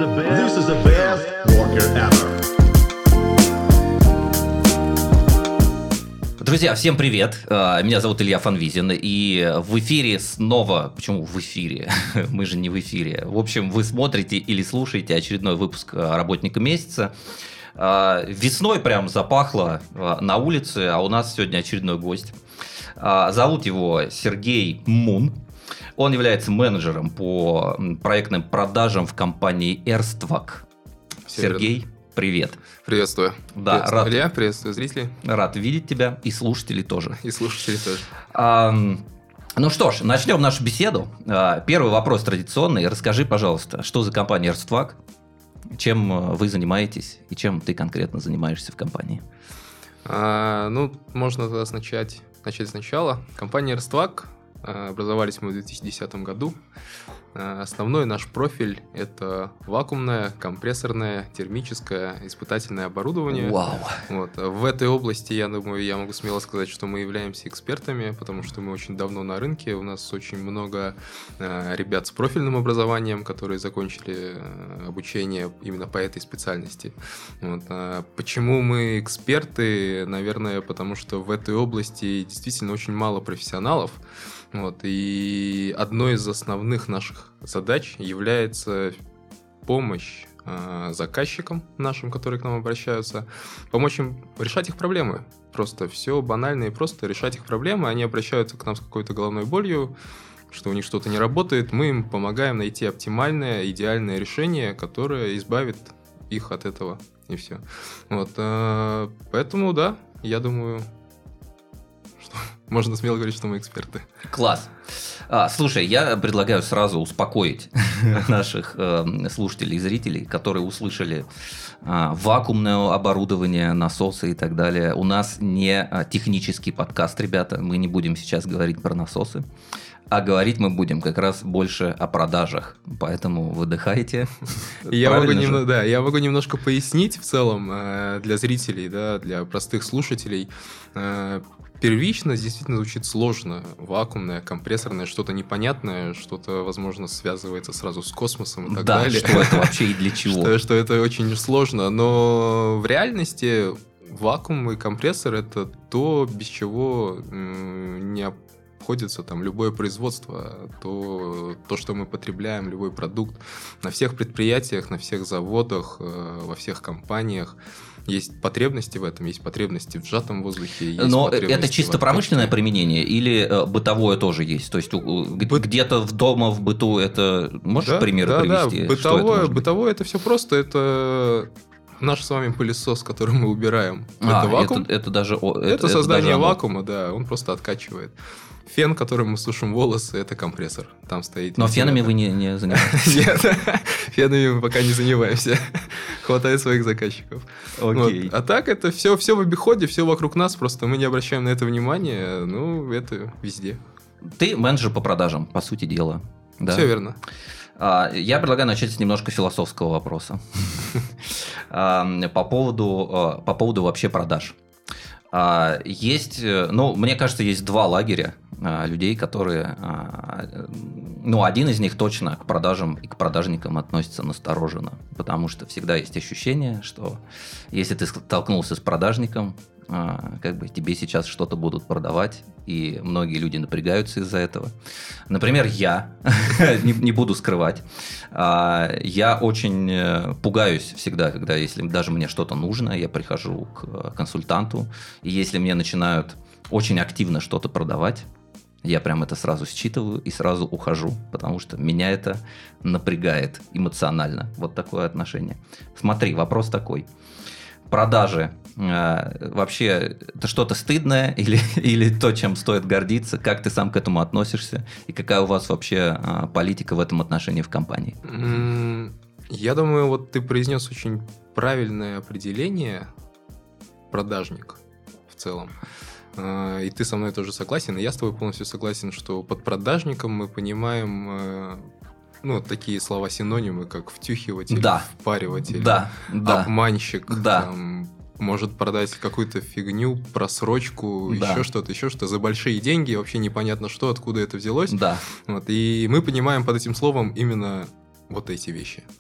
This is the best worker ever. Друзья, всем привет! Меня зовут Илья Фанвизин, и в эфире снова... Почему в эфире? Мы же не в эфире. В общем, вы смотрите или слушаете очередной выпуск «Работника месяца». Весной прям запахло на улице, а у нас сегодня очередной гость. Зовут его Сергей Мун. Он является менеджером по проектным продажам в компании Erstwag. Сергей, привет. Приветствую. Да, приветствую, Илья, приветствую зрителей. Рад видеть тебя, и слушателей тоже. И слушателей тоже. Ну что ж, начнем нашу беседу. Первый вопрос традиционный. Расскажи, пожалуйста, что за компания Erstwag, чем вы занимаетесь и чем ты конкретно занимаешься в компании? Можно тогда начать сначала. Компания Erstwag, образовались мы в 2010 году. Основной наш профиль – это вакуумное, компрессорное, термическое, испытательное оборудование. Вау! Вот. В этой области, я думаю, я могу смело сказать, что мы являемся экспертами, потому что мы очень давно на рынке. У нас очень много ребят с профильным образованием, которые закончили обучение именно по этой специальности. Вот. Почему мы эксперты? Наверное, потому что в этой области действительно очень мало профессионалов. Вот, и одной из основных наших задач является помощь заказчикам нашим, которые к нам обращаются, помочь им решать их проблемы. Просто все банально и просто решать их проблемы. Они обращаются к нам с какой-то головной болью, что у них что-то не работает. Мы им помогаем найти оптимальное, идеальное решение, которое избавит их от этого, и все. Вот, поэтому, да, я думаю... Можно смело говорить, что мы эксперты. Класс. Слушай, я предлагаю сразу успокоить наших слушателей и зрителей, которые услышали вакуумное оборудование, насосы и так далее. У нас не технический подкаст, ребята. Мы не будем сейчас говорить про насосы. А говорить мы будем как раз больше о продажах. Поэтому выдыхайте. Я могу немножко пояснить в целом для зрителей, да, для простых слушателей. Первично действительно звучит сложно. Вакуумное, компрессорное, что-то непонятное, что-то, возможно, связывается сразу с космосом и так далее. Да, что это вообще и для чего. Что это очень сложно. Но в реальности вакуум и компрессор – это то, без чего не обходится там любое производство, то, что мы потребляем, любой продукт. На всех предприятиях, на всех заводах, во всех компаниях есть потребности в этом, есть потребности в сжатом воздухе. Но это чисто промышленное применение или бытовое тоже есть? То есть где-то в дома, в быту это... Можешь примеры привести? Да, бытовое это все просто. Это наш с вами пылесос, который мы убираем. Это вакуум. Это создание вакуума, да, он просто откачивает. Фен, которым мы сушим волосы, это компрессор. Там стоит. Но фенами вы не занимаетесь? Нет, фенами мы пока не занимаемся. Хватает своих заказчиков. Окей. А так это все в обиходе, все вокруг нас, просто мы не обращаем на это внимания. Это везде. Ты менеджер по продажам, по сути дела. Да? Все верно. Я предлагаю начать с немножко философского вопроса. По поводу вообще продаж. Есть, мне кажется, есть два лагеря людей, которые, один из них точно к продажам и к продажникам относится настороженно, потому что всегда есть ощущение, что если ты столкнулся с продажником, тебе сейчас что-то будут продавать, и многие люди напрягаются из-за этого. Например, я, не буду скрывать, я очень пугаюсь всегда, если даже мне что-то нужно, я прихожу к консультанту, и если мне начинают очень активно что-то продавать, я прям это сразу считываю и сразу ухожу, потому что меня это напрягает эмоционально. Вот такое отношение. Смотри, вопрос такой. Продажи вообще это что-то стыдное или то, чем стоит гордиться? Как ты сам к этому относишься? И какая у вас вообще политика в этом отношении в компании? Я думаю, ты произнес очень правильное определение продажник в целом. И ты со мной тоже согласен, и я с тобой полностью согласен, что под продажником мы понимаем такие слова-синонимы, как втюхиватель, впариватель, обманщик, может продать какую-то фигню, просрочку, еще что-то за большие деньги, вообще непонятно что, откуда это взялось. Да. И мы понимаем под этим словом именно вот эти вещи.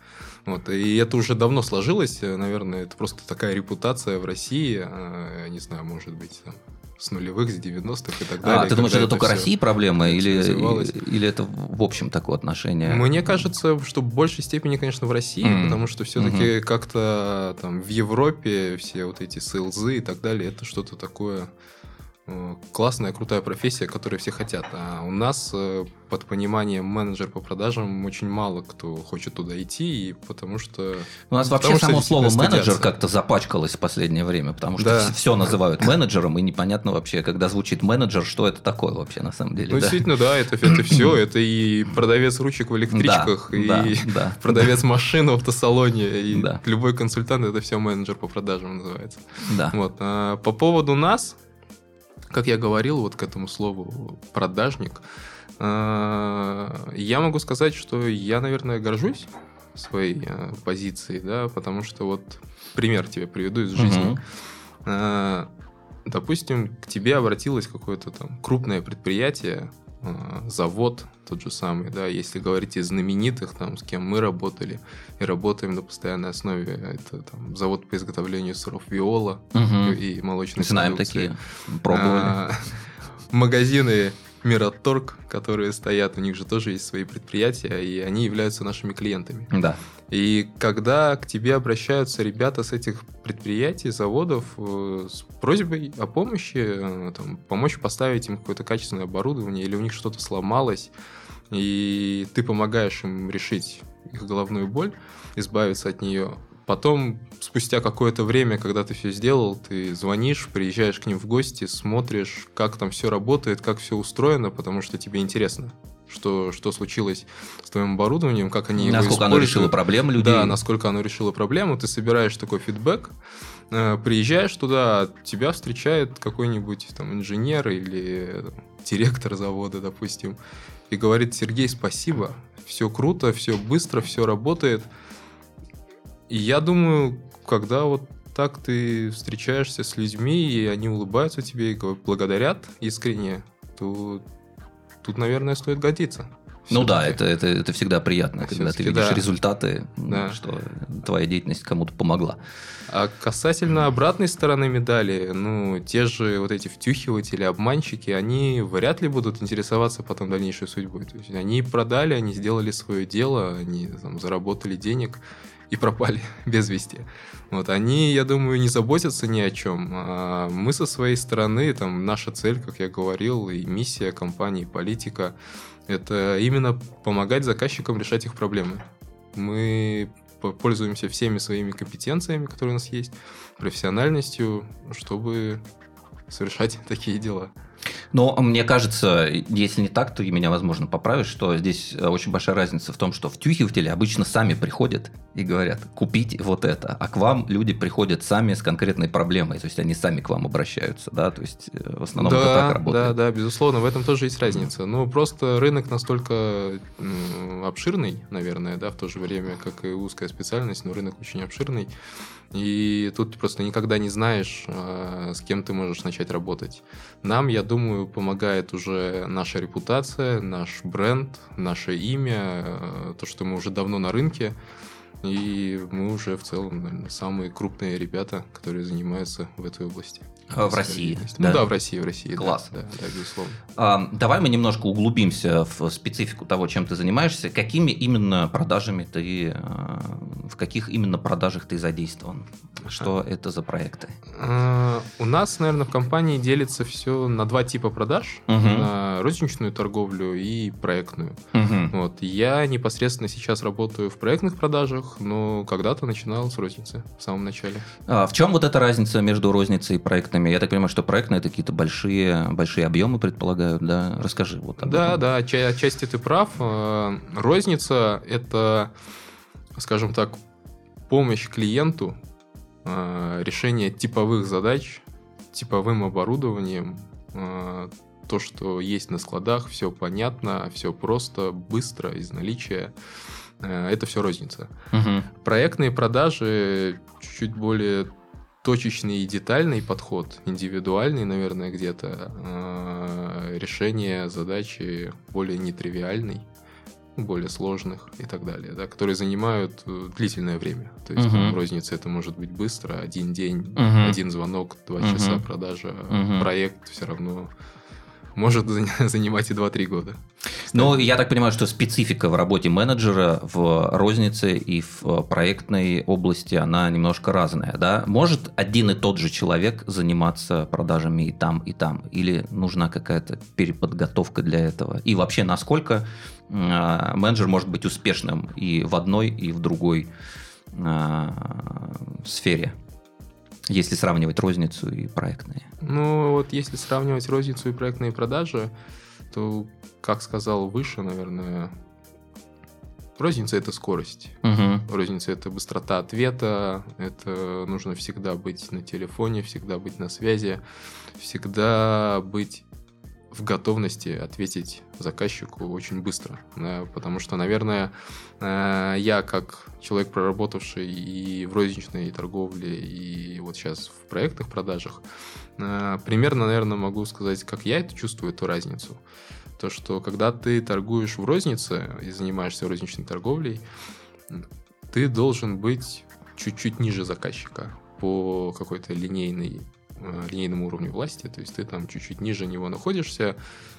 Вот. И это уже давно сложилось, наверное, это просто такая репутация в России, не знаю, может быть, там, с нулевых, с 90-х и так далее. Ты думаешь, это только России проблема развивалось. или это в общем такое отношение? Мне кажется, что в большей степени, конечно, в России, потому что все-таки как-то там в Европе все вот эти сейлзы и так далее, это что-то такое классная, крутая профессия, которую все хотят. А у нас под пониманием менеджер по продажам очень мало кто хочет туда идти, и потому что... У нас вообще само слово менеджер как-то запачкалось в последнее время, потому что все называют менеджером, и непонятно вообще, когда звучит менеджер, что это такое вообще на самом деле. Ну, действительно, да, это все. Это и продавец ручек в электричках, и продавец машин в автосалоне, и любой консультант, это все менеджер по продажам называется. Вот. По поводу нас, как я говорил, вот к этому слову продажник, я могу сказать, что я, наверное, горжусь своей позицией, да, потому что вот пример тебе приведу из жизни. Допустим, к тебе обратилось какое-то там крупное предприятие, завод тот же самый, да, если говорить из знаменитых, там, с кем мы работали и работаем на постоянной основе, это там завод по изготовлению сыров Виола и молочной Знаем продукции. такие, пробовали. Магазины Мираторг, которые стоят, у них же тоже есть свои предприятия, и они являются нашими клиентами. Да. И когда к тебе обращаются ребята с этих предприятий, заводов с просьбой о помощи, там, помочь поставить им какое-то качественное оборудование, или у них что-то сломалось, и ты помогаешь им решить их головную боль, избавиться от нее. Потом, спустя какое-то время, когда ты все сделал, ты звонишь, приезжаешь к ним в гости, смотришь, как там все работает, как все устроено, потому что тебе интересно, что случилось с твоим оборудованием, как они его используют. Насколько оно решило проблему людей. Да, насколько оно решило проблему. Ты собираешь такой фидбэк, приезжаешь туда, тебя встречает какой-нибудь там инженер или директор завода, допустим, и говорит: Сергей, спасибо, все круто, все быстро, все работает. И я думаю, когда вот так ты встречаешься с людьми, и они улыбаются тебе и благодарят искренне, то тут, наверное, стоит годиться. Ну да, это всегда приятно, когда ты видишь результаты, да. Что твоя деятельность кому-то помогла. А касательно обратной стороны медали, ну, те же вот эти втюхиватели, обманщики, они вряд ли будут интересоваться потом дальнейшей судьбой. То есть они продали, они сделали свое дело, они там заработали денег и пропали без вести. Вот, они, я думаю, не заботятся ни о чем. А мы со своей стороны, там, наша цель, как я говорил, и миссия компании, политика, это именно помогать заказчикам решать их проблемы. Мы пользуемся всеми своими компетенциями, которые у нас есть, профессиональностью, чтобы совершать такие дела. Но мне кажется, если не так, то и меня, возможно, поправишь, что здесь очень большая разница в том, что втюхиватели обычно сами приходят и говорят: купите вот это, а к вам люди приходят сами с конкретной проблемой, то есть они сами к вам обращаются, да, то есть в основном это так работает. Да, безусловно, в этом тоже есть разница. Но просто рынок настолько обширный, наверное, да, в то же время, как и узкая специальность, но рынок очень обширный, и тут ты просто никогда не знаешь, с кем ты можешь начать работать. Нам, я думаю, помогает уже наша репутация, наш бренд, наше имя, то, что мы уже давно на рынке, и мы уже в целом, наверное, самые крупные ребята, которые занимаются в этой области. В России? Ну да, в России. Класс. Да, безусловно. Давай мы немножко углубимся в специфику того, чем ты занимаешься. Какими именно продажами ты, в каких именно продажах ты задействован? Что это за проекты? У нас, наверное, в компании делится все на два типа продаж. На розничную торговлю и проектную. Вот. Я непосредственно сейчас работаю в проектных продажах, но когда-то начинал с розницы в самом начале. В чем вот эта разница между розницей и проектными? Я так понимаю, что проектные это какие-то большие объемы предполагают, да? Расскажи вот об этом. Да, отчасти ты прав. Розница – это, скажем так, помощь клиенту, решение типовых задач, типовым оборудованием, то, что есть на складах, все понятно, все просто, быстро, из наличия. Это все розница. Проектные продажи чуть более точечный и детальный подход, индивидуальный, наверное, где-то, решение задачи более нетривиальный. более сложных и так далее, да, которые занимают длительное время. То есть там, розница это может быть быстро, один день, один звонок, 2 часа продажа, проект все равно может занимать и 2-3 года. Ну, я так понимаю, что специфика в работе менеджера в рознице и в проектной области, она немножко разная, да? Может один и тот же человек заниматься продажами и там? Или нужна какая-то переподготовка для этого? И вообще, насколько менеджер может быть успешным и в одной, и в другой сфере? Если сравнивать розницу и проектные. Ну, вот если сравнивать розницу и проектные продажи, то, как сказал выше, наверное, розница – это скорость. Розница – это быстрота ответа, это нужно всегда быть на телефоне, всегда быть на связи, всегда быть в готовности ответить заказчику очень быстро. Да, потому что, наверное, я как человек, проработавший и в розничной торговле, и вот сейчас в проектных продажах, примерно, наверное, могу сказать, как я это чувствую, эту разницу. То, что когда ты торгуешь в рознице и занимаешься розничной торговлей, ты должен быть чуть-чуть ниже заказчика по какой-то линейному уровню власти, то есть ты там чуть-чуть ниже него находишься,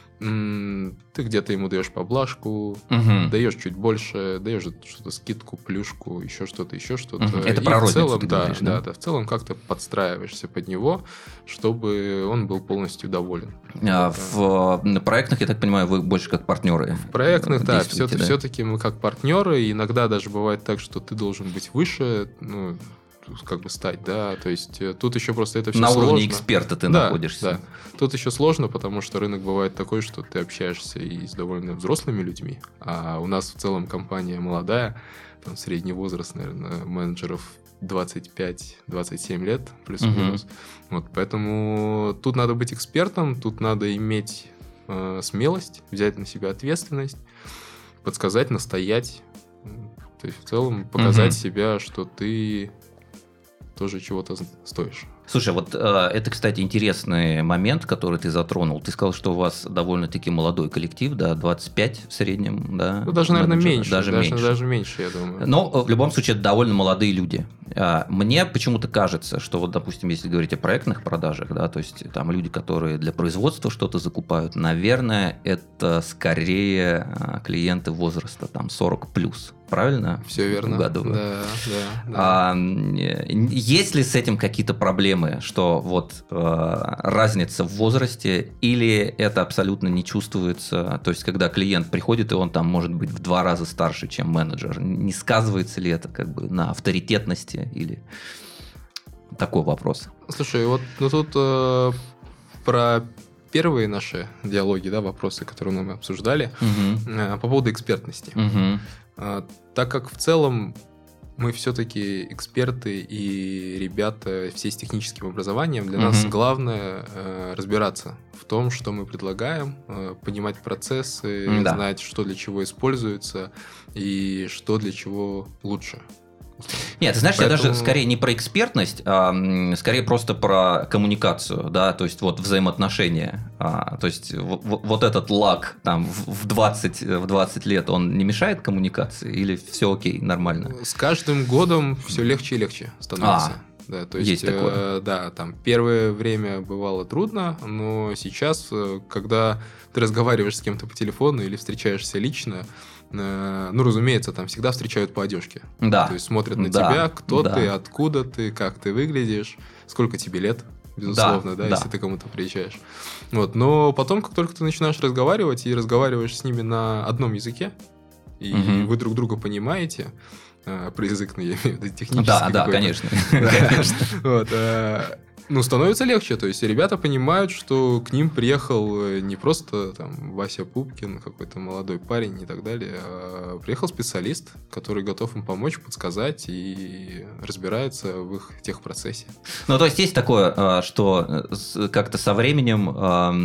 ты где-то ему даешь поблажку, даешь чуть больше, даешь что-то скидку, плюшку, еще что-то. Это и про в розницу целом, ты говоришь, да? В целом как-то подстраиваешься под него, чтобы он был полностью доволен. В проектных, я так понимаю, вы больше как партнеры. В проектных, да, все-таки мы как партнеры, иногда даже бывает так, что ты должен быть выше, как бы стать, да, то есть тут еще просто это все на сложно. уровне эксперта ты находишься. Да. Тут еще сложно, потому что рынок бывает такой, что ты общаешься и с довольно взрослыми людьми, а у нас в целом компания молодая, там средний возраст, наверное, менеджеров 25-27 лет, плюс-минус. Вот, поэтому тут надо быть экспертом, тут надо иметь смелость, взять на себя ответственность, подсказать, настоять, то есть в целом показать себя, что ты тоже чего-то стоишь. Слушай, вот это, кстати, интересный момент, который ты затронул. Ты сказал, что у вас довольно-таки молодой коллектив, да, 25 в среднем, да? Ну, даже, наверное, меньше. Даже меньше, я думаю. Но, в любом случае, это довольно молодые люди. Мне почему-то кажется, что вот, допустим, если говорить о проектных продажах, да, то есть там люди, которые для производства что-то закупают, наверное, это скорее клиенты возраста там 40+. Правильно? Все верно. Угадываю. Да. Есть ли с этим какие-то проблемы, что вот разница в возрасте, или это абсолютно не чувствуется? То есть, когда клиент приходит, и он там может быть в 2 раза старше, чем менеджер, не сказывается ли это как бы на авторитетности или такой вопрос? Слушай, вот тут про первые наши диалоги, да, вопросы, которые мы обсуждали, по поводу экспертности. Так как в целом мы все-таки эксперты и ребята все с техническим образованием, для нас главное разбираться в том, что мы предлагаем, понимать процессы, знать, что для чего используется и что для чего лучше. Нет, ты знаешь, я даже скорее не про экспертность, а скорее просто про коммуникацию, да, то есть вот взаимоотношения. То есть вот этот лаг там в 20 лет, он не мешает коммуникации или все окей, нормально? С каждым годом все легче и легче становится. Да, то есть такое. Да, там первое время бывало трудно, но сейчас, когда ты разговариваешь с кем-то по телефону или встречаешься лично, разумеется, там всегда встречают по одежке. Да. То есть смотрят на тебя, кто ты, откуда ты, как ты выглядишь, сколько тебе лет, безусловно, да, если ты кому-то приезжаешь. Вот. Но потом, как только ты начинаешь разговаривать и разговариваешь с ними на одном языке, и вы друг друга понимаете, про язык, я имею в виду технический. Да, конечно. Вот. Становится легче. То есть ребята понимают, что к ним приехал не просто там Вася Пупкин, какой-то молодой парень и так далее, а приехал специалист, который готов им помочь, подсказать и разбирается в их техпроцессе. Ну, то есть есть такое, что как-то со временем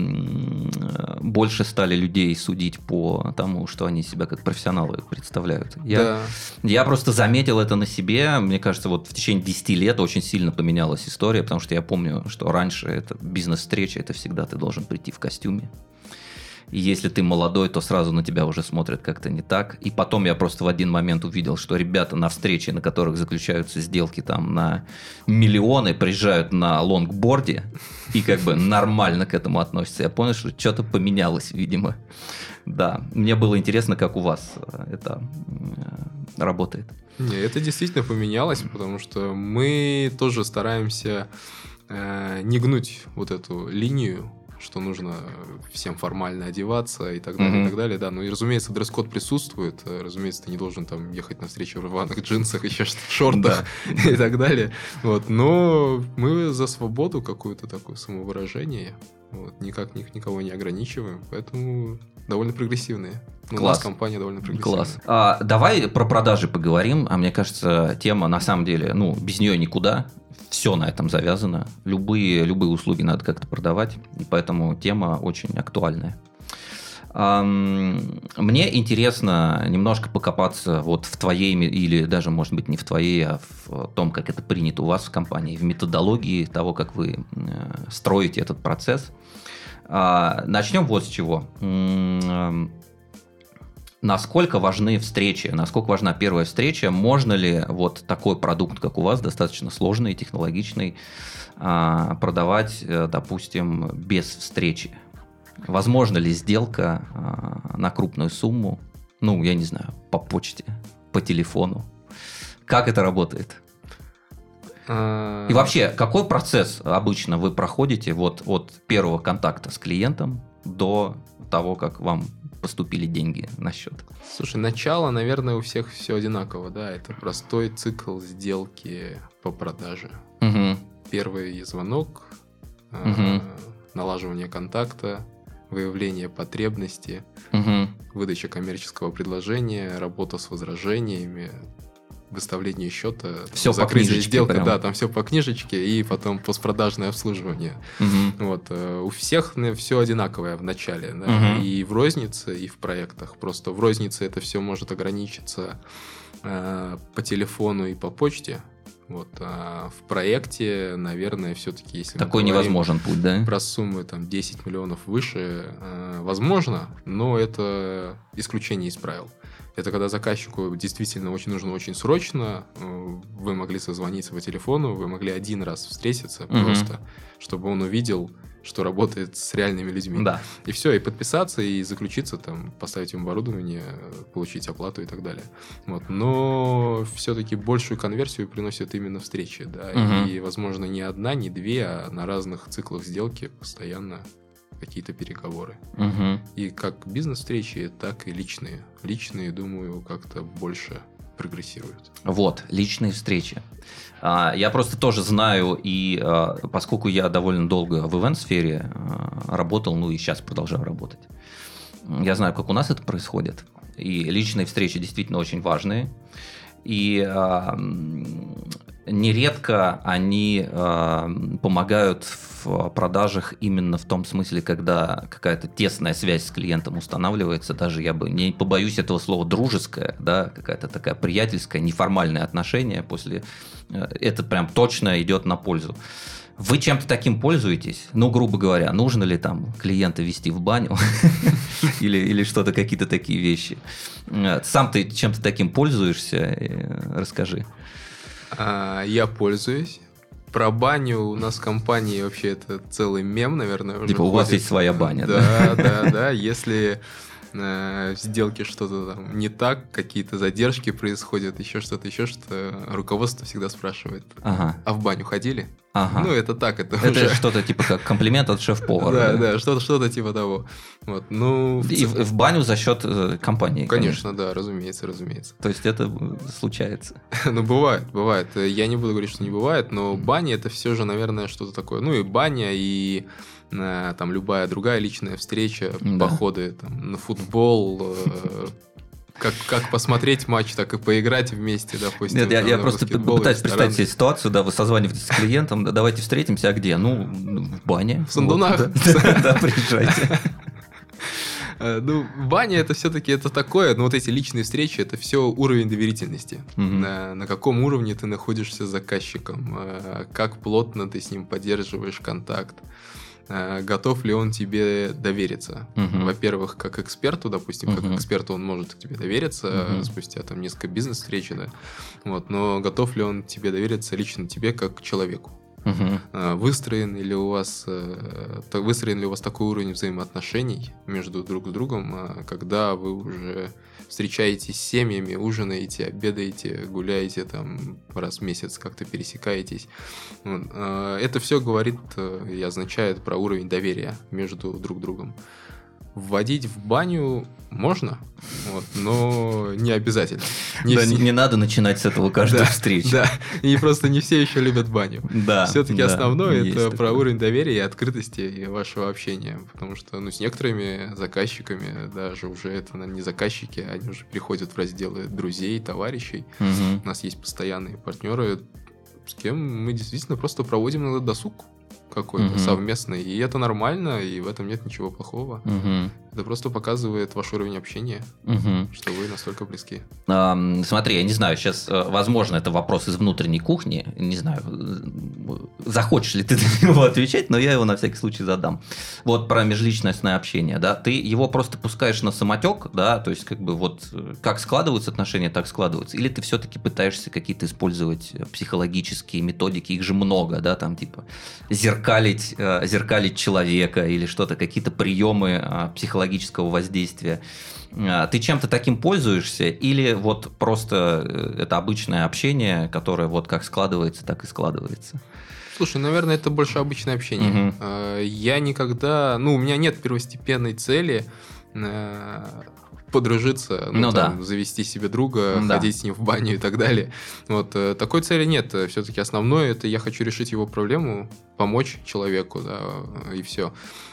больше стали людей судить по тому, что они себя как профессионалы представляют. Я просто заметил это на себе. Мне кажется, вот в течение 10 лет очень сильно поменялась история, потому что я помню, что раньше это бизнес-встреча, это всегда ты должен прийти в костюме. И если ты молодой, то сразу на тебя уже смотрят как-то не так. И потом я просто в один момент увидел, что ребята на встрече, на которых заключаются сделки там на миллионы, приезжают на лонгборде и как бы нормально к этому относятся. Я понял, что что-то поменялось, видимо. Да, мне было интересно, как у вас это работает. Не, это действительно поменялось, потому что мы тоже стараемся не гнуть вот эту линию, что нужно всем формально одеваться и так далее, и так далее. Да, ну и, разумеется, дресс-код присутствует. Разумеется, ты не должен там ехать на встречу в рваных джинсах, еще что-то, шортах и так далее. Вот. Но мы за свободу, какое-то такое самовыражение. Вот. Никак никого не ограничиваем, поэтому довольно прогрессивные. У нас компания довольно прогрессивная. Класс. Давай про продажи поговорим. Мне кажется, тема на самом деле, без нее никуда. Все на этом завязано. Любые услуги надо как-то продавать. И поэтому тема очень актуальная. Мне интересно немножко покопаться вот в твоей, или даже, может быть, не в твоей, а в том, как это принято у вас в компании, в методологии того, как вы строите этот процесс. Начнем вот с чего. Насколько важны встречи? Насколько важна первая встреча? Можно ли вот такой продукт, как у вас, достаточно сложный, технологичный, продавать, допустим, без встречи? Возможно ли сделка на крупную сумму? Я не знаю, по почте, по телефону? Как это работает? И вообще, какой процесс обычно вы проходите вот от первого контакта с клиентом до того, как вам поступили деньги на счет? Слушай, начало, наверное, у всех все одинаково, да, это простой цикл сделки по продаже. Первый звонок, налаживание контакта, выявление потребности, выдача коммерческого предложения, работа с возражениями, выставление счета, все закрытие сделки, прям. Да, там все по книжечке, и потом постпродажное обслуживание. Вот. У всех все одинаковое в начале, да? И в рознице, и в проектах. Просто в рознице это все может ограничиться по телефону и по почте. Вот. А в проекте, наверное, все-таки, если такой невозможен путь, да? Про суммы там 10 миллионов выше, возможно, но это исключение из правил. Это когда заказчику действительно очень нужно очень срочно, вы могли созвониться по телефону, вы могли один раз встретиться просто, чтобы он увидел, что работает с реальными людьми. Да. И все, и подписаться, и заключиться, там, поставить им оборудование, получить оплату и так далее. Вот. Но все-таки большую конверсию приносят именно встречи. Да? И, возможно, не одна, не две, а на разных циклах сделки постоянно какие-то переговоры. И как бизнес-встречи, так и личные. Личные, думаю, как-то больше прогрессируют. Вот, личные встречи. Я просто тоже знаю, и поскольку я довольно долго в ивент-сфере работал, и сейчас продолжаю работать, я знаю, как у нас это происходит. И личные встречи действительно очень важные. И нередко они помогают в продажах именно в том смысле, когда какая-то тесная связь с клиентом устанавливается, даже я бы не побоюсь этого слова, дружеская, да, какая-то такая приятельская, неформальное отношение после, это прям точно идет на пользу. Вы чем-то таким пользуетесь? Грубо говоря, нужно ли там клиента вести в баню или что-то, какие-то такие вещи? Сам ты чем-то таким пользуешься? Расскажи. Я пользуюсь. Про баню у нас в компании вообще это целый мем, наверное. Типа у вас есть своя баня, да? Да. Если в сделке что-то там не так, какие-то задержки происходят, еще что-то, руководство всегда спрашивает, а в баню ходили? Это так, это уже... что-то типа как комплимент от шеф-повара. Да, что-то типа того. Вот. И в баню за счет компании. Конечно, да, разумеется. То есть это случается? Бывает. Я не буду говорить, что не бывает, но баня это все же, наверное, что-то такое. И баня, и там любая другая личная встреча, походы там, на футбол, как посмотреть матч, так и поиграть вместе, допустим. Нет, я просто пытаюсь представить себе ситуацию, да, вы созваниваетесь с клиентом, да, давайте встретимся, а где? В бане. В Сандунах. Да, приезжайте. Баня это все-таки это такое, но вот эти личные встречи, это все уровень доверительности. На каком уровне ты находишься с заказчиком, как плотно ты с ним поддерживаешь контакт. готов ли он тебе довериться. Мгм. Во-первых, как эксперту, допустим, как Мгм. эксперту он может тебе довериться Мгм. спустя там несколько бизнес-встреч, да. Вот, но готов ли он тебе довериться лично тебе как человеку? Мгм. Выстроен ли у вас такой уровень взаимоотношений между друг с другом, когда вы уже встречаетесь с семьями, ужинаете, обедаете, гуляете там раз в месяц, как-то пересекаетесь. Вот. Это все говорит и означает про уровень доверия между друг другом. Вводить в баню можно, вот, но не обязательно. Да, все- не надо начинать с этого каждую Да, встречу. Да, и просто не все еще любят баню. Да, Все-таки да, основное есть это про такое. уровень доверия и открытости и вашего общения. Потому что с некоторыми заказчиками даже уже это, наверное, не заказчики, они уже приходят в разделы друзей, товарищей. Мгм. У нас есть постоянные партнеры, с кем мы действительно просто проводим иногда досуг какой-то Мгм. совместный. И это нормально, и в этом нет ничего плохого. Мгм. Это просто показывает ваш уровень общения, Мгм. что вы настолько близки. Смотри, я не знаю, сейчас, возможно, это вопрос из внутренней кухни, не знаю, захочешь ли ты на него отвечать, но я его на всякий случай задам. Вот про межличностное общение, да, ты его просто пускаешь на самотек, да, то есть как бы вот как складываются отношения, так складываются, или ты все-таки пытаешься какие-то использовать психологические методики, их же много, да, там типа зеркалить человека или что-то, какие-то приемы психологического воздействия. Ты чем-то таким пользуешься или вот просто это обычное общение, которое вот как складывается, так и складывается? Слушай, наверное, это больше обычное общение. Мгм. Я никогда... у меня нет первостепенной цели подружиться, Ну там, да. завести себе друга, Да. ходить с ним в баню и так далее. Вот, такой цели нет. Все-таки основное это я хочу решить его проблему, помочь человеку, да, и все.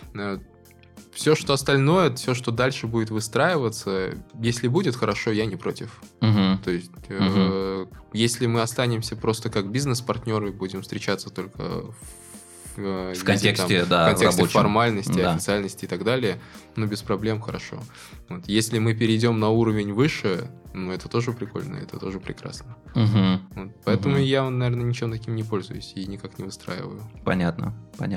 Все, что остальное, все, что дальше будет выстраиваться, если будет хорошо, я не против. Мгм. То есть, Мгм. если мы останемся просто как бизнес-партнеры, будем встречаться только В контексте, да, в контексте рабочем. формальности, Да. официальности и так далее, без проблем, хорошо. Вот. Если мы перейдем на уровень выше, это тоже прикольно, это тоже прекрасно. Мгм. Вот. Поэтому Мгм. я, наверное, ничем таким не пользуюсь и никак не выстраиваю. Понятно.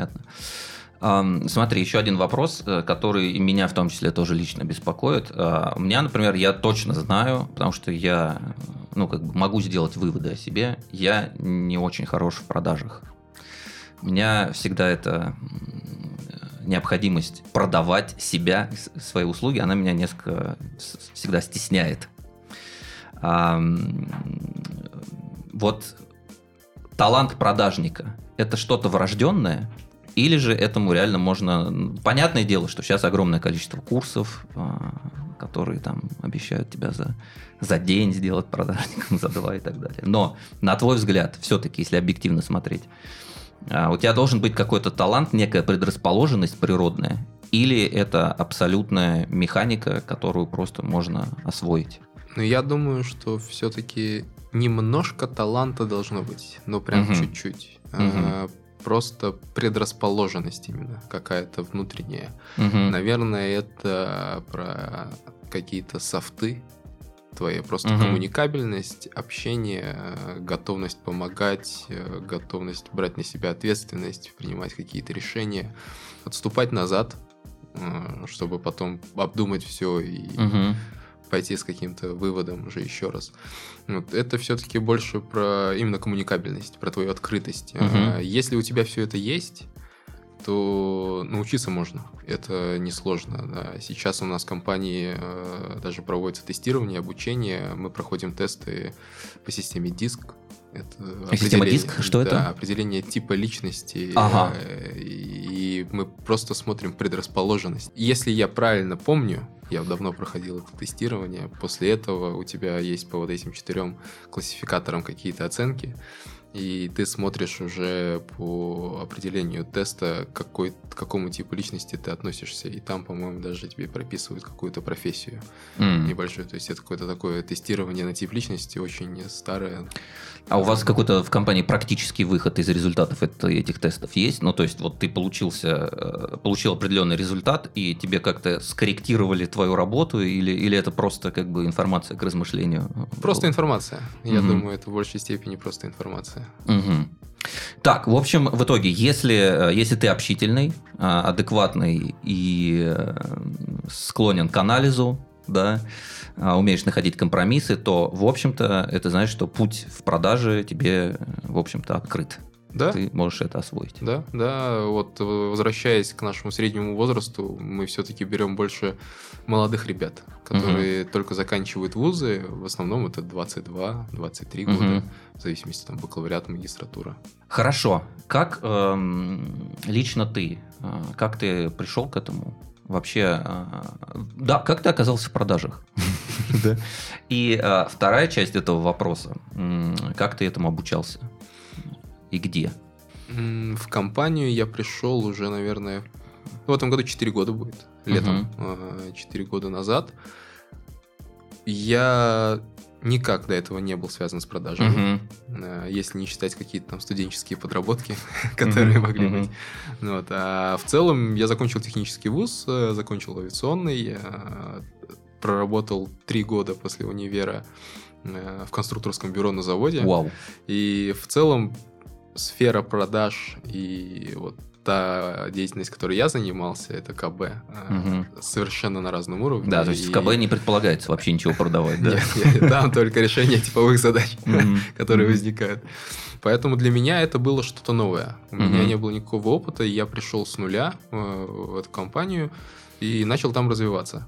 Смотри, еще один вопрос, который и меня в том числе тоже лично беспокоит. У меня, например, я точно знаю, потому что я могу сделать выводы о себе, я не очень хорош в продажах. Меня всегда эта необходимость продавать себя, свои услуги, она меня несколько всегда стесняет. Вот талант продажника – это что-то врожденное? Или же этому реально можно... Понятное дело, что сейчас огромное количество курсов, которые там обещают тебя за день сделать продажником, за 2 и так далее. Но, на твой взгляд, все-таки, если объективно смотреть, у тебя должен быть какой-то талант, некая предрасположенность природная, или это абсолютная механика, которую просто можно освоить? Я думаю, что все-таки немножко таланта должно быть, но прям Мгм. чуть-чуть. Мгм. Просто предрасположенность именно какая-то внутренняя. Мгм. Наверное, это про какие-то софты твои, просто Мгм. коммуникабельность, общение, готовность помогать, готовность брать на себя ответственность, принимать какие-то решения, отступать назад, чтобы потом обдумать все и Мгм. пойти с каким-то выводом уже еще раз. Это все-таки больше про именно коммуникабельность, про твою открытость. Мгм. Если у тебя все это есть, то научиться можно. Это несложно. Да. Сейчас у нас в компании даже проводится тестирование, обучение. Мы проходим тесты по системе DISC. Это Система определение- DISC? Что да, это? определение типа личности. Ага. И мы просто смотрим предрасположенность. Если я правильно помню, я давно проходил это тестирование, после этого у тебя есть по вот этим 4 классификаторам какие-то оценки, и ты смотришь уже по определению теста, к какому типу личности ты относишься, и там, по-моему, даже тебе прописывают какую-то профессию небольшую. То есть это какое-то такое тестирование на тип личности, очень старое. А у вас какой-то в компании практический выход из результатов этих тестов есть? То есть, вот ты получил определенный результат, и тебе как-то скорректировали твою работу, или это просто как бы информация к размышлению? Просто информация. Я Мгм. думаю, это в большей степени просто информация. Мгм. Так, в общем, в итоге, если ты общительный, адекватный и склонен к анализу, да, умеешь находить компромиссы, то, в общем-то, это значит, что путь в продаже тебе, в общем-то, открыт. Да. Ты можешь это освоить. Да, да. Вот возвращаясь к нашему среднему возрасту, мы все-таки берем больше молодых ребят, которые только заканчивают вузы. В основном это 22-23 года, в зависимости там бакалавриат, магистратура. Хорошо. Как лично ты, как ты пришел к этому? Вообще, да, как ты оказался в продажах? И вторая часть этого вопроса. Как ты этому обучался? И где? В компанию я пришел уже, наверное, в этом году 4 года будет. Летом 4 года назад. Я никак до этого не был связан с продажами. Если не считать какие-то там студенческие подработки, которые могли быть. Вот. А в целом я закончил технический вуз, закончил авиационный, проработал 3 года после универа в конструкторском бюро на заводе. Вау. И в целом сфера продаж и вот та деятельность, которой я занимался, это КБ, совершенно на разном уровне. Да, то есть в КБ не предполагается вообще ничего продавать, да? Там только решение типовых задач, которые возникают. Поэтому для меня это было что-то новое. У меня не было никакого опыта, и я пришел с нуля в эту компанию и начал там развиваться.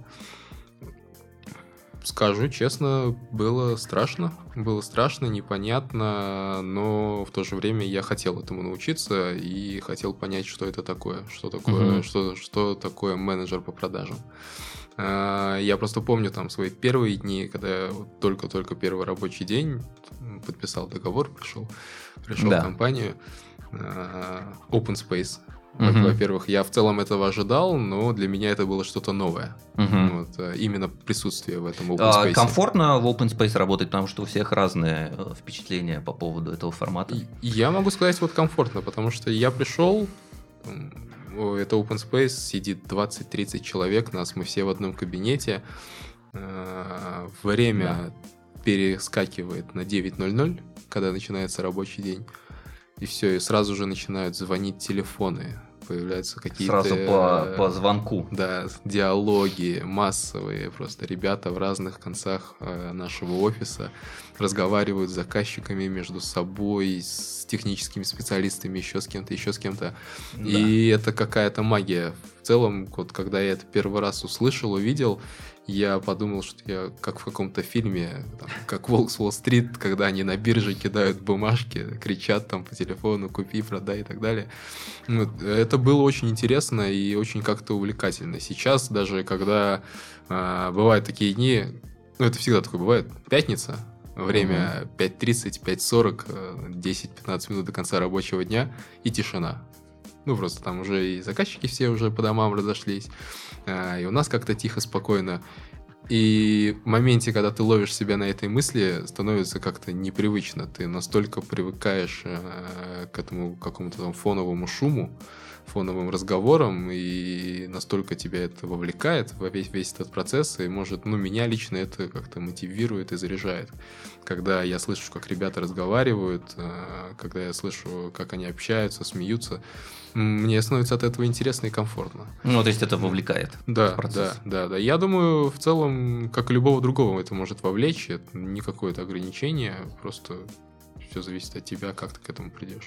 Скажу честно, было страшно, непонятно, но в то же время я хотел этому научиться и хотел понять, что это такое, что такое менеджер по продажам. Я просто помню там свои первые дни, когда я только первый рабочий день подписал договор, пришел в компанию Open Space. Во-первых, я в целом этого ожидал, но для меня это было что-то новое. Вот, именно присутствие в этом Open Space. Комфортно в Open Space работать, потому что у всех разные впечатления по поводу этого формата? Я могу сказать, вот комфортно, потому что я пришел, это Open Space, сидит 20-30 человек, мы все в одном кабинете. Время перескакивает на 9:00, когда начинается рабочий день. И все, и сразу же начинают звонить телефоны, появляются какие-то... Сразу по звонку. Да, диалоги массовые, просто ребята в разных концах нашего офиса разговаривают с заказчиками между собой, с техническими специалистами, еще с кем-то. Да. И это какая-то магия. В целом, вот, когда я это первый раз услышал, увидел, я подумал, что я как в каком-то фильме, там, как «Волк с Уолл-стрит», когда они на бирже кидают бумажки, кричат там по телефону «купи, продай» и так далее. Вот. Это было очень интересно и очень как-то увлекательно. Сейчас даже, когда бывают такие дни, это всегда такое бывает, пятница, время 5:30, 5:40, 10-15 минут до конца рабочего дня и тишина. Просто там уже и заказчики все уже по домам разошлись, и у нас как-то тихо, спокойно. И в моменте, когда ты ловишь себя на этой мысли, становится как-то непривычно. Ты настолько привыкаешь к этому какому-то там фоновому шуму, фоновым разговорам, и настолько тебя это вовлекает во весь этот процесс, и может, меня лично это как-то мотивирует и заряжает. Когда я слышу, как ребята разговаривают, когда я слышу, как они общаются, смеются, мне становится от этого интересно и комфортно. То есть это вовлекает в процесс. Да. Я думаю, в целом, как и любого другого, это может вовлечь, это не какое-то ограничение, просто все зависит от тебя, как ты к этому придешь.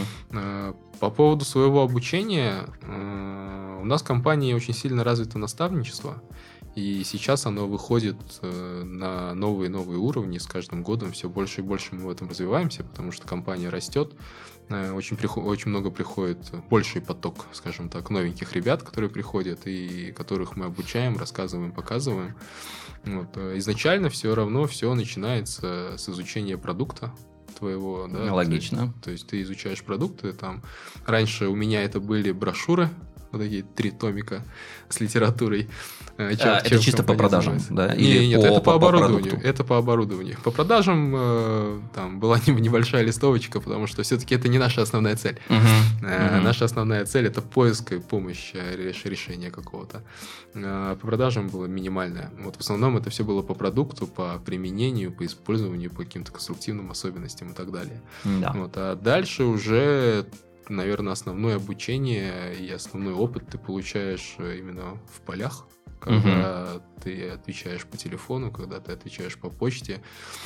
По поводу своего обучения, у нас в компании очень сильно развито наставничество, и сейчас оно выходит на новые уровни. С каждым годом все больше и больше мы в этом развиваемся, потому что компания растет, очень много приходит, больший поток, скажем так, новеньких ребят, которые приходят и которых мы обучаем, рассказываем, показываем. Вот. Изначально все равно все начинается с изучения продукта твоего, да. Логично. То есть ты изучаешь продукты, там раньше у меня это были брошюры вот такие 3 томика с литературой. Это чисто по продажам, да? Нет, это по оборудованию. продукту? Это по оборудованию. По продажам там была небольшая листовочка, потому что все-таки это не наша основная цель. Наша основная цель — это поиск и помощь решения какого-то. По продажам было минимальное. Вот в основном это все было по продукту, по применению, по использованию, по каким-то конструктивным особенностям и так далее. Да. Вот, а дальше уже, наверное, основное обучение и основной опыт ты получаешь именно в полях, когда ты отвечаешь по телефону, когда ты отвечаешь по почте,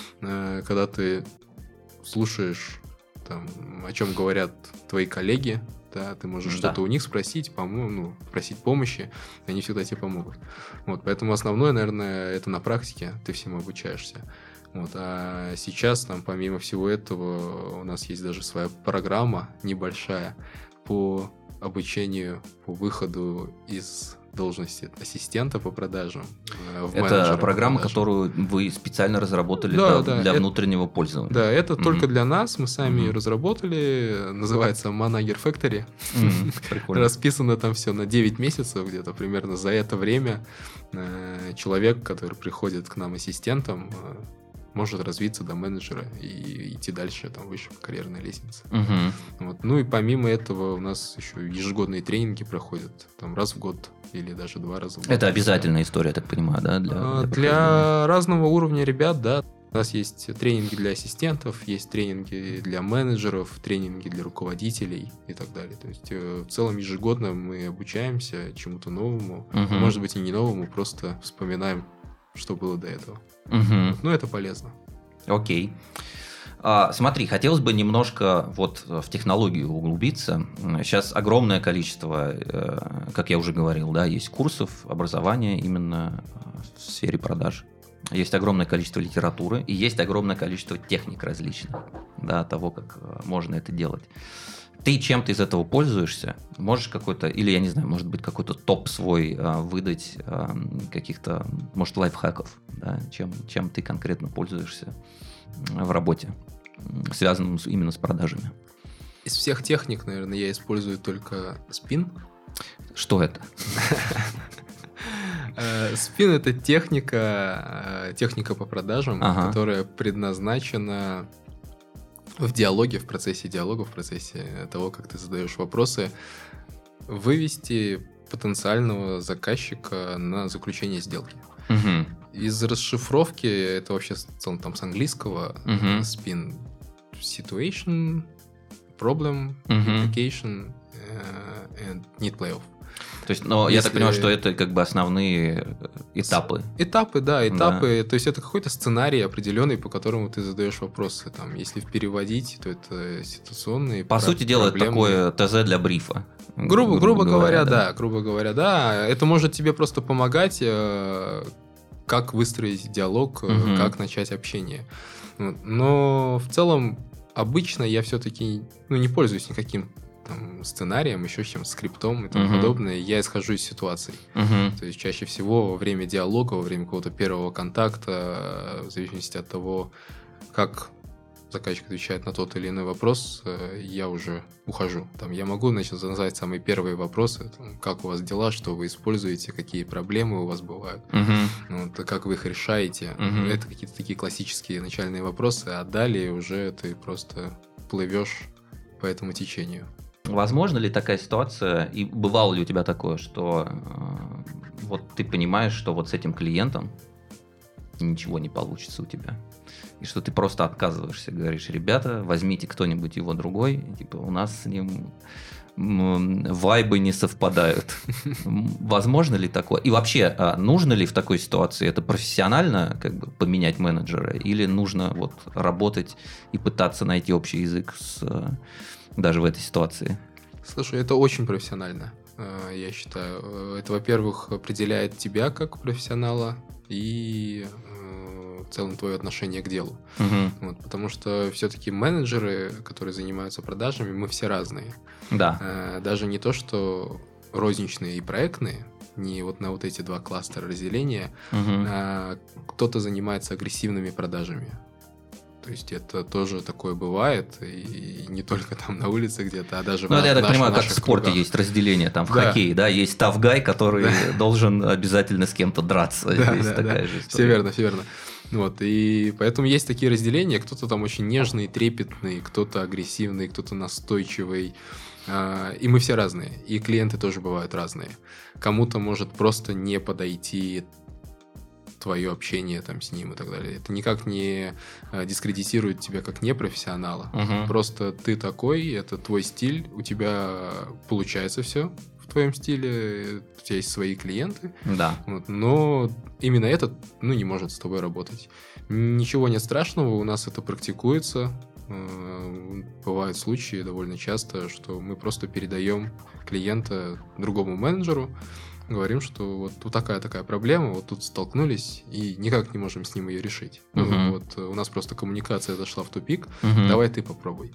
когда ты слушаешь, там, о чем говорят твои коллеги, да, ты можешь что-то у них спросить, просить помощи, и они всегда тебе помогут. Вот, поэтому основное, наверное, это на практике, ты всему обучаешься. Вот, а сейчас, там, помимо всего этого, у нас есть даже своя программа небольшая по обучению, по выходу из должности ассистента по продажам. Это программа, которую вы специально разработали для внутреннего пользования. Да, это только для нас. Мы сами ее разработали. Называется Manager Factory. Расписано там все на 9 месяцев где-то. Примерно за это время человек, который приходит к нам ассистентом, может развиться до менеджера и идти дальше, там, выше по карьерной лестнице. Вот. Ну и помимо этого у нас еще ежегодные тренинги проходят, там, раз в год или даже 2 раза в год. Это обязательная история, я так понимаю, да? Для разного уровня ребят, да. У нас есть тренинги для ассистентов, есть тренинги для менеджеров, тренинги для руководителей и так далее. То есть в целом ежегодно мы обучаемся чему-то новому, может быть и не новому, просто вспоминаем, что было до этого. Ну, это полезно. Окей. Смотри, хотелось бы немножко вот в технологию углубиться. Сейчас огромное количество, как я уже говорил, да, есть курсов, образования именно в сфере продаж. Есть огромное количество литературы и есть огромное количество техник различных, да, того, как можно это делать. Ты чем-то из этого пользуешься? Можешь какой-то, или, я не знаю, может быть, какой-то топ свой выдать каких-то, может, лайфхаков, да? Чем ты конкретно пользуешься в работе, связанном именно с продажами? Из всех техник, наверное, я использую только спин. Что это? Спин — это техника по продажам, которая предназначена в диалоге, в процессе диалога, в процессе того, как ты задаешь вопросы, вывести потенциального заказчика на заключение сделки. Из расшифровки, это вообще в целом там с английского, spin situation, problem, implication and need playoff. То есть, я так понимаю, что это как бы основные этапы. Этапы, да, этапы. Да. То есть это какой-то сценарий определенный, по которому ты задаешь вопросы. Там, если переводить, то это ситуационные. По сути дела, это такое ТЗ для брифа. Грубо говоря, да. Грубо говоря, да. Это может тебе просто помогать, как выстроить диалог, как начать общение. Но в целом обычно я все-таки не пользуюсь никаким сценарием, еще чем скриптом и тому подобное, я исхожу из ситуаций. То есть чаще всего во время диалога, во время какого-то первого контакта, в зависимости от того, как заказчик отвечает на тот или иной вопрос, я уже ухожу. Там я могу задать самые первые вопросы, как у вас дела, что вы используете, какие проблемы у вас бывают, как вы их решаете. Это какие-то такие классические начальные вопросы, а далее уже ты просто плывешь по этому течению. Возможно ли такая ситуация, и бывало ли у тебя такое, что вот ты понимаешь, что вот с этим клиентом ничего не получится у тебя, и что ты просто отказываешься, говоришь: ребята, возьмите кто-нибудь его другой, типа у нас с ним вайбы не совпадают. Возможно ли такое? И вообще, нужно ли в такой ситуации это профессионально как бы поменять менеджера, или нужно вот работать и пытаться найти общий язык даже в этой ситуации? Слушай, это очень профессионально, я считаю. Это, во-первых, определяет тебя как профессионала и в целом твое отношение к делу. Вот, потому что все-таки менеджеры, которые занимаются продажами, мы все разные. Да. Даже не то, что розничные и проектные, не вот на вот эти 2 кластера разделения, кто-то занимается агрессивными продажами. То есть это тоже такое бывает, и не только там на улице где-то, а даже Ну, это, я так понимаю, как в наших спорте кругах. есть разделение, там в Да. хоккее, да, есть тавгай, который должен обязательно с кем-то драться. Да, Есть да, такая да. же Все история. верно, все верно. Вот, и поэтому есть такие разделения, кто-то там очень нежный, трепетный, кто-то агрессивный, кто-то настойчивый, и мы все разные, и клиенты тоже бывают разные. Кому-то может просто не подойти твое общение там с ним и так далее. Это никак не дискредитирует тебя как непрофессионала. Мгм. Просто ты такой, это твой стиль, у тебя получается все в твоем стиле, у тебя есть свои клиенты, Да. вот, но именно этот, не может с тобой работать. Ничего нет страшного, у нас это практикуется. Бывают случаи довольно часто, что мы просто передаем клиента другому менеджеру, говорим, что вот тут такая проблема, вот тут столкнулись и никак не можем с ним ее решить. Мгм. Вот у нас просто коммуникация зашла в тупик, Мгм. давай ты попробуй.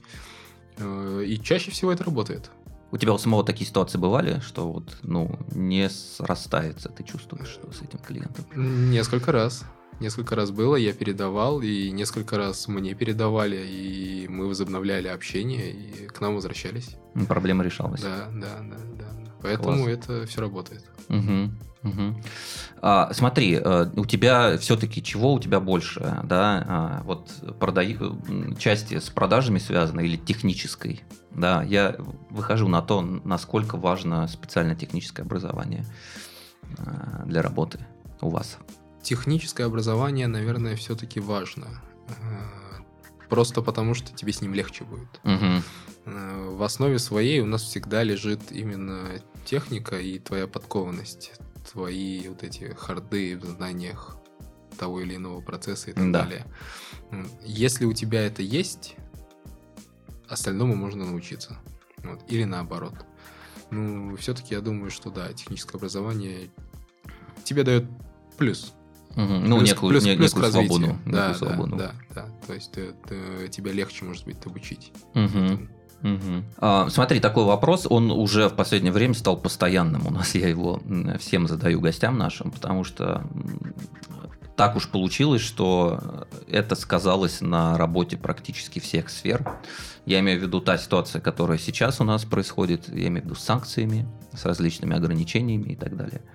И чаще всего это работает. У тебя у самого такие ситуации бывали, что вот, не срастается, ты чувствуешь, что с этим клиентом? Несколько раз. Несколько раз было, я передавал, и несколько раз мне передавали, и мы возобновляли общение, и к нам возвращались. Проблема решалась. Да. Поэтому Класс. это все работает. Мгм, мгм. Смотри, у тебя все-таки чего у тебя больше, да? Вот части с продажами связаны или технической? Да, я выхожу на то, насколько важно специальное техническое образование для работы у вас. Техническое образование, наверное, все-таки важно. Просто потому, что тебе с ним легче будет. Мгм. В основе своей у нас всегда лежит именно техника и твоя подкованность, твои вот эти харды в знаниях того или иного процесса и так Да. далее. Если у тебя это есть, остальному можно научиться. Вот. Или наоборот. Все-таки я думаю, что да, техническое образование тебе дает плюс. Мгм. Плюс Некую к развитию. свободу. Да. свободу. То есть тебя легче, может быть, обучить. Мгм. Мгм. Смотри, такой вопрос, он уже в последнее время стал постоянным у нас, я его всем задаю гостям нашим, потому что так уж получилось, что это сказалось на работе практически всех сфер. Я имею в виду та ситуация, которая сейчас у нас происходит, я имею в виду с санкциями, с различными ограничениями и так далее.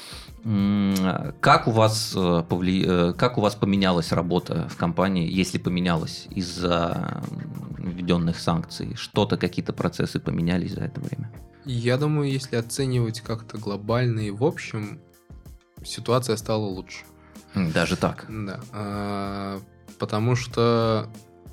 Как у вас поменялась работа в компании, если поменялась из-за введенных санкций? Какие-то процессы поменялись за это время? Я думаю, если оценивать как-то глобально и в общем, ситуация стала лучше. Даже так? Да. Потому что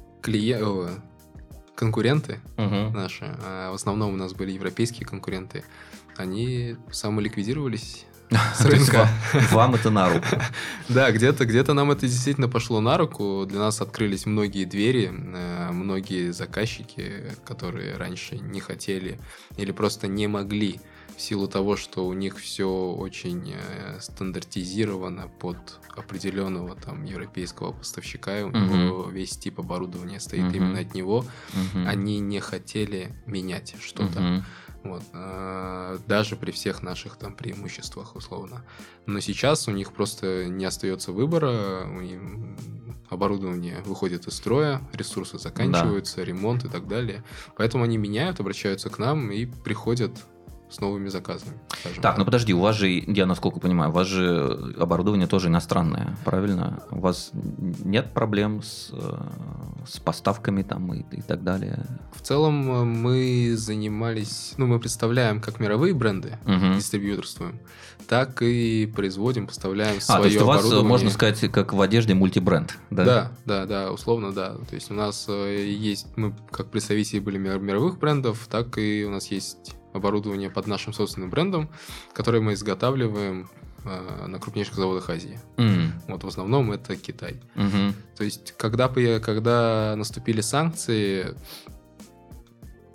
конкуренты Мгм. наши, в основном у нас были европейские конкуренты, они самоликвидировались с То есть рынка. вам это на руку. Да, где-то нам это действительно пошло на руку. Для нас открылись многие двери, многие заказчики, которые раньше не хотели или просто не могли в силу того, что у них все очень стандартизировано под определенного там европейского поставщика, и у него весь тип оборудования стоит именно от него. Мгм. Они не хотели менять что-то. Мгм. Вот. Даже при всех наших там преимуществах, условно. Но сейчас у них просто не остается выбора, оборудование выходит из строя, ресурсы заканчиваются, ремонт и так далее. Поэтому они меняют, обращаются к нам и приходят с новыми заказами. скажем Так, подожди, у вас же, я насколько понимаю, у вас же оборудование тоже иностранное, правильно? У вас нет проблем с поставками там и так далее? В целом мы занимались, мы представляем как мировые бренды, Мгм. дистрибьюторствуем, так и производим, поставляем свое то есть у вас, оборудование. можно сказать, как в одежде мультибренд, да? Да, условно, да. То есть у нас есть, мы как представители были мировых брендов, так и у нас есть оборудование под нашим собственным брендом, которое мы изготавливаем на крупнейших заводах Азии. Вот в основном это Китай. Мгм. То есть когда наступили санкции,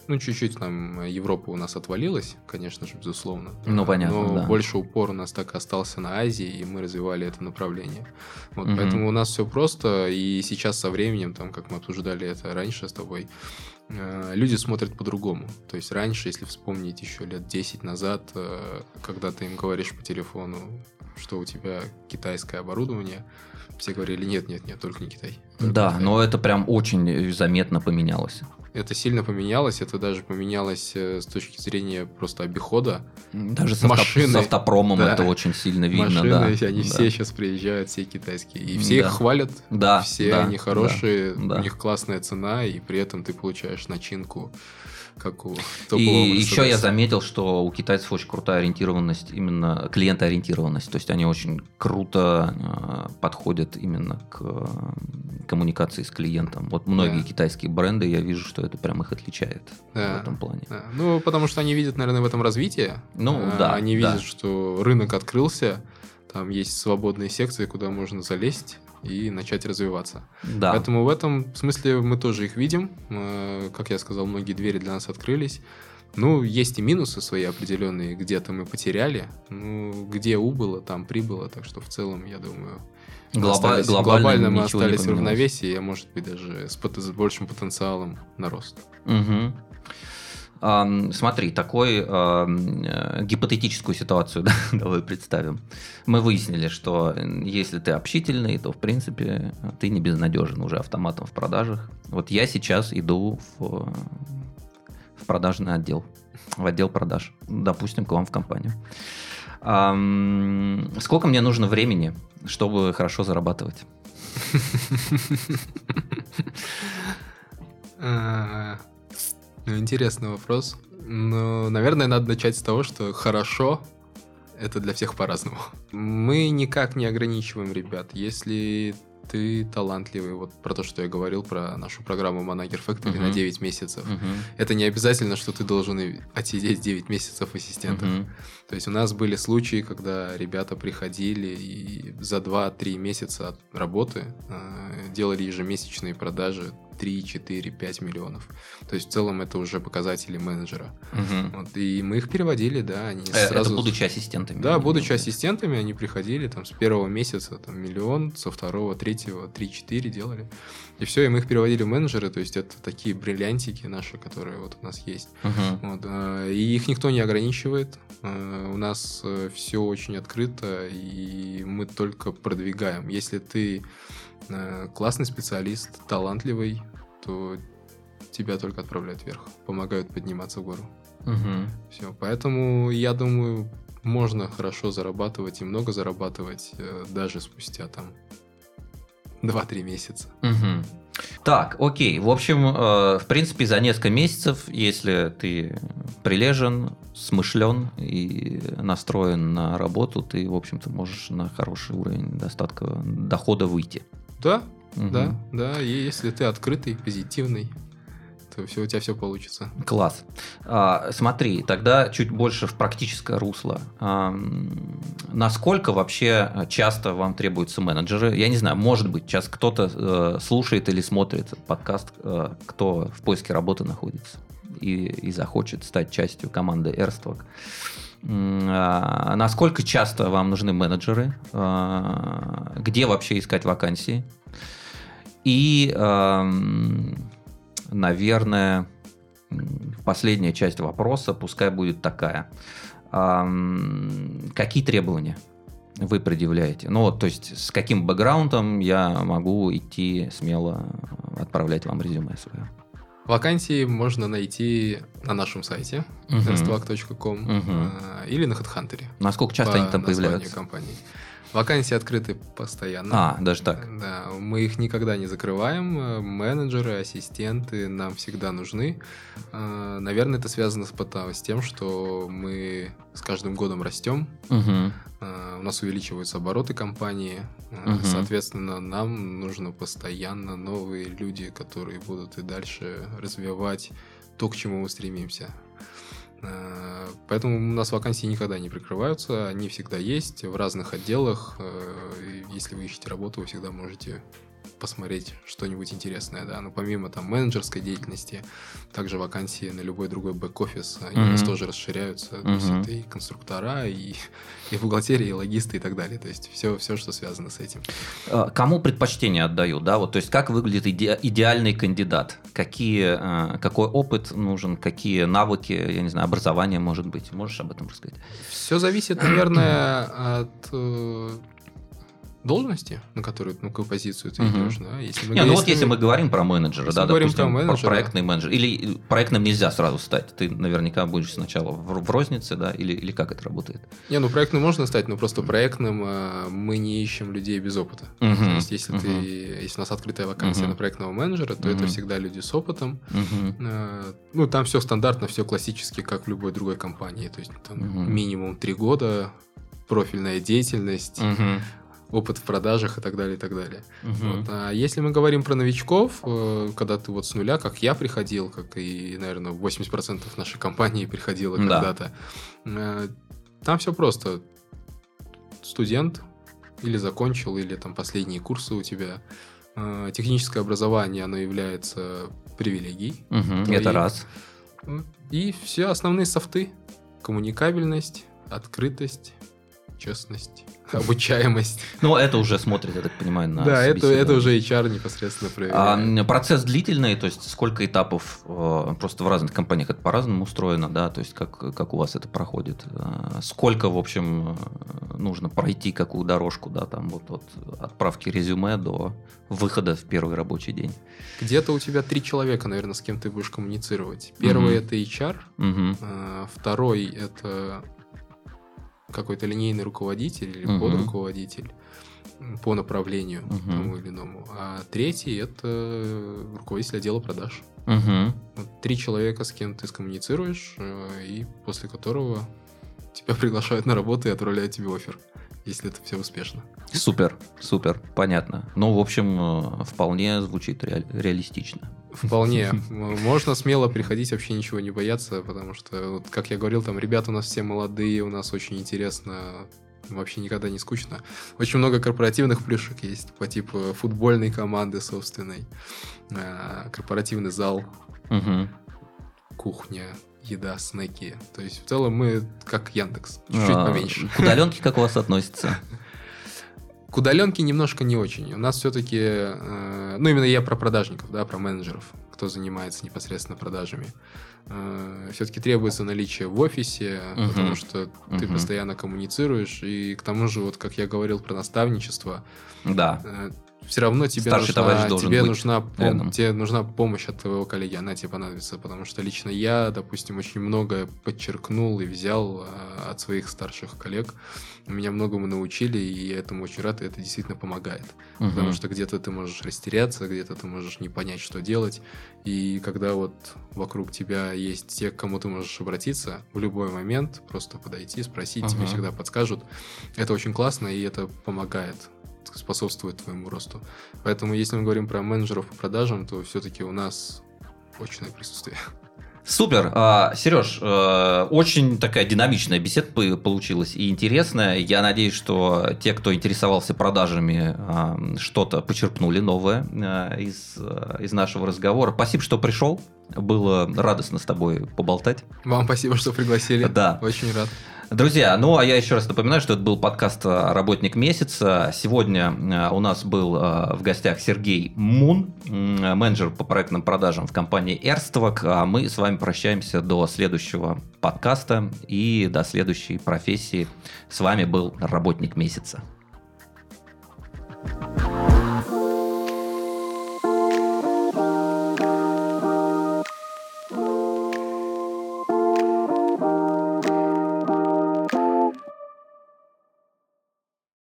Ну, чуть-чуть там Европа у нас отвалилась, конечно же, безусловно. Ну, понятно, Но да. больше упор у нас так и остался на Азии, и мы развивали это направление. Вот, Мгм. поэтому у нас все просто, и сейчас со временем, там, как мы обсуждали это раньше с тобой, люди смотрят по-другому. То есть раньше, если вспомнить еще лет 10 назад, когда ты им говоришь по телефону, что у тебя китайское оборудование, все говорили, нет, только не Китай. Только Да, не Китай. но это прям очень заметно поменялось. Это сильно поменялось, это даже поменялось с точки зрения просто обихода. Даже с Машины. автопромом Да. это очень сильно видно. Машины, да. они Да. все сейчас приезжают, все китайские. И все Да. их хвалят, Да, все да, они хорошие, да, да. у них классная цена, и при этом ты получаешь начинку, как у И топового еще я Мерседеса. заметил, что у китайцев очень крутая ориентированность, именно клиентоориентированность. То есть они очень круто подходят именно к коммуникации с клиентом. Вот многие Да. китайские бренды, я вижу, что это прям их отличает Да. в этом плане. Да. Ну, потому что они видят, наверное, в этом развитие. Ну, да, Они да. видят, что рынок открылся, там есть свободные секции, куда можно залезть и начать развиваться. Да. Поэтому в этом смысле мы тоже их видим. Как я сказал, многие двери для нас открылись. Ну, есть и минусы свои определенные. Где-то мы потеряли. Ну, где убыло, там прибыло. Так что в целом, я думаю, глобально мы ничего не остались в поменялось. равновесии, а может быть даже с большим потенциалом на рост. Мгм. Смотри, гипотетическую ситуацию да, давай представим. Мы выяснили, что если ты общительный, то, в принципе, ты не безнадежен уже автоматом в продажах. Вот я сейчас иду в продажный отдел, в отдел продаж, допустим, к вам в компанию. Сколько мне нужно времени, чтобы хорошо зарабатывать? Ну, интересный вопрос. Но, наверное, надо начать с того, что хорошо — это для всех по-разному. Мы никак не ограничиваем ребят. Если ты талантливый, вот про то, что я говорил, про нашу программу Manager Factory на 9 месяцев, это не обязательно, что ты должен отсидеть 9 месяцев ассистентом. То есть у нас были случаи, когда ребята приходили и за 2-3 месяца от работы делали ежемесячные продажи 3, 4, 5 миллионов. То есть в целом это уже показатели менеджера. Вот, и мы их переводили, да, они сразу... Это будучи ассистентами. Да, будучи ассистентами, они приходили там с первого месяца там, миллион, со второго, третьего 3-4 делали. И все, и мы их переводили в менеджеры, то есть это такие бриллиантики наши, которые вот у нас есть. Вот, и их никто не ограничивает. У нас все очень открыто, и мы только продвигаем. Если ты классный специалист, талантливый, то тебя только отправляют вверх, помогают подниматься в гору. Все, поэтому я думаю, можно хорошо зарабатывать и много зарабатывать даже спустя там 2-3 месяца. Так, окей. В общем, в принципе, за несколько месяцев, если ты прилежен, смышлен и настроен на работу, ты, в общем-то, можешь на хороший уровень дохода выйти. Да, да. И если ты открытый, позитивный, то все, у тебя все получится. Класс. Смотри, тогда чуть больше в практическое русло. Насколько вообще часто вам требуются менеджеры? Я не знаю, может быть, сейчас кто-то слушает или смотрит подкаст, кто в поиске работы находится и захочет стать частью команды Erstwag. Насколько часто вам нужны менеджеры? Где вообще искать вакансии? И... наверное, последняя часть вопроса, пускай будет такая. Какие требования вы предъявляете? Ну, вот, то есть, с каким бэкграундом я могу идти смело отправлять вам резюме свое? Вакансии можно найти на нашем сайте erstwag.com или на HeadHunter. Насколько часто они там появляются? Компании. Вакансии открыты постоянно. Даже так? Да, мы их никогда не закрываем. Менеджеры, ассистенты нам всегда нужны. Наверное, это связано с тем, что мы с каждым годом растем. У нас увеличиваются обороты компании. Соответственно, нам нужно постоянно новые люди, которые будут и дальше развивать то, к чему мы стремимся. Поэтому у нас вакансии никогда не прикрываются, они всегда есть в разных отделах. Если вы ищете работу, вы всегда можете посмотреть что-нибудь интересное, да, но помимо там менеджерской деятельности, также вакансии на любой другой бэк-офис, они у нас тоже расширяются, то есть это и конструктора, и бухгалтерия, и логисты, и так далее, то есть все, что связано с этим. Кому предпочтение отдают, да, вот, то есть как выглядит идеальный кандидат, какой опыт нужен, какие навыки, я не знаю, образование может быть, можешь об этом рассказать? Все зависит, наверное, от должности, на которую, на какую позицию ты идешь, да? Если мы говорим про менеджера, да, допустим, про проектный менеджер, или проектным нельзя сразу стать, ты наверняка будешь сначала в рознице, да, или как это работает? Проектным можно стать, но просто проектным мы не ищем людей без опыта. То есть, если у нас открытая вакансия на проектного менеджера, то это всегда люди с опытом. Там все стандартно, все классически, как в любой другой компании. То есть, там минимум 3 года, профильная деятельность, опыт в продажах и так далее, и так далее. А если мы говорим про новичков, когда ты с нуля, как я приходил, как и, наверное, 80% нашей компании приходило когда-то, там все просто. Студент или закончил, или там последние курсы у тебя. Техническое образование, оно является привилегией. Это раз. И все основные софты. Коммуникабельность, открытость, честность, обучаемость. Это уже смотрит, я так понимаю, на это уже HR непосредственно проверяет. Процесс длительный, то есть сколько этапов, просто в разных компаниях это по-разному устроено, да, то есть как у вас это проходит, сколько, в общем, нужно пройти какую дорожку, да, там от отправки резюме до выхода в первый рабочий день. Где-то у тебя 3 человека, наверное, с кем ты будешь коммуницировать. Первый это HR, второй это какой-то линейный руководитель или подруководитель по направлению тому или иному. А третий – это руководитель отдела продаж. 3 человека, с кем ты скоммуницируешь, и после которого тебя приглашают на работу и отправляют тебе оффер, если это все успешно. Супер, понятно. В общем, вполне звучит реалистично. Вполне. Можно смело приходить, вообще ничего не бояться, потому что, как я говорил, там ребята у нас все молодые, у нас очень интересно, вообще никогда не скучно. Очень много корпоративных плюшек есть по типу футбольной команды собственной, корпоративный зал, кухня, еда, снеки. То есть в целом мы как Яндекс, чуть-чуть поменьше. К удаленке как у вас относится? К удаленке немножко не очень. У нас все-таки, именно я про продажников, да, про менеджеров, кто занимается непосредственно продажами. Все-таки требуется наличие в офисе, потому что ты постоянно коммуницируешь, и к тому же, как я говорил про наставничество, все равно тебе нужна помощь от твоего коллеги, она тебе понадобится, потому что лично я, допустим, очень многое подчеркнул и взял от своих старших коллег. Меня многому научили, и я этому очень рад, и это действительно помогает. Потому что где-то ты можешь растеряться, где-то ты можешь не понять, что делать, и когда вокруг тебя есть те, к кому ты можешь обратиться, в любой момент просто подойти, спросить, тебе всегда подскажут. Это очень классно, и это помогает, способствует твоему росту. Поэтому, если мы говорим про менеджеров по продажам, то все-таки у нас очное присутствие. Супер. Сереж, очень такая динамичная беседа получилась и интересная. Я надеюсь, что те, кто интересовался продажами, что-то почерпнули новое из нашего разговора. Спасибо, что пришел. Было радостно с тобой поболтать. Вам спасибо, что пригласили. Да. Очень рад. Друзья, а я еще раз напоминаю, что это был подкаст «Работник месяца». Сегодня у нас был в гостях Сергей Мун, менеджер по проектным продажам в компании Erstwag. А мы с вами прощаемся до следующего подкаста и до следующей профессии. С вами был «Работник месяца».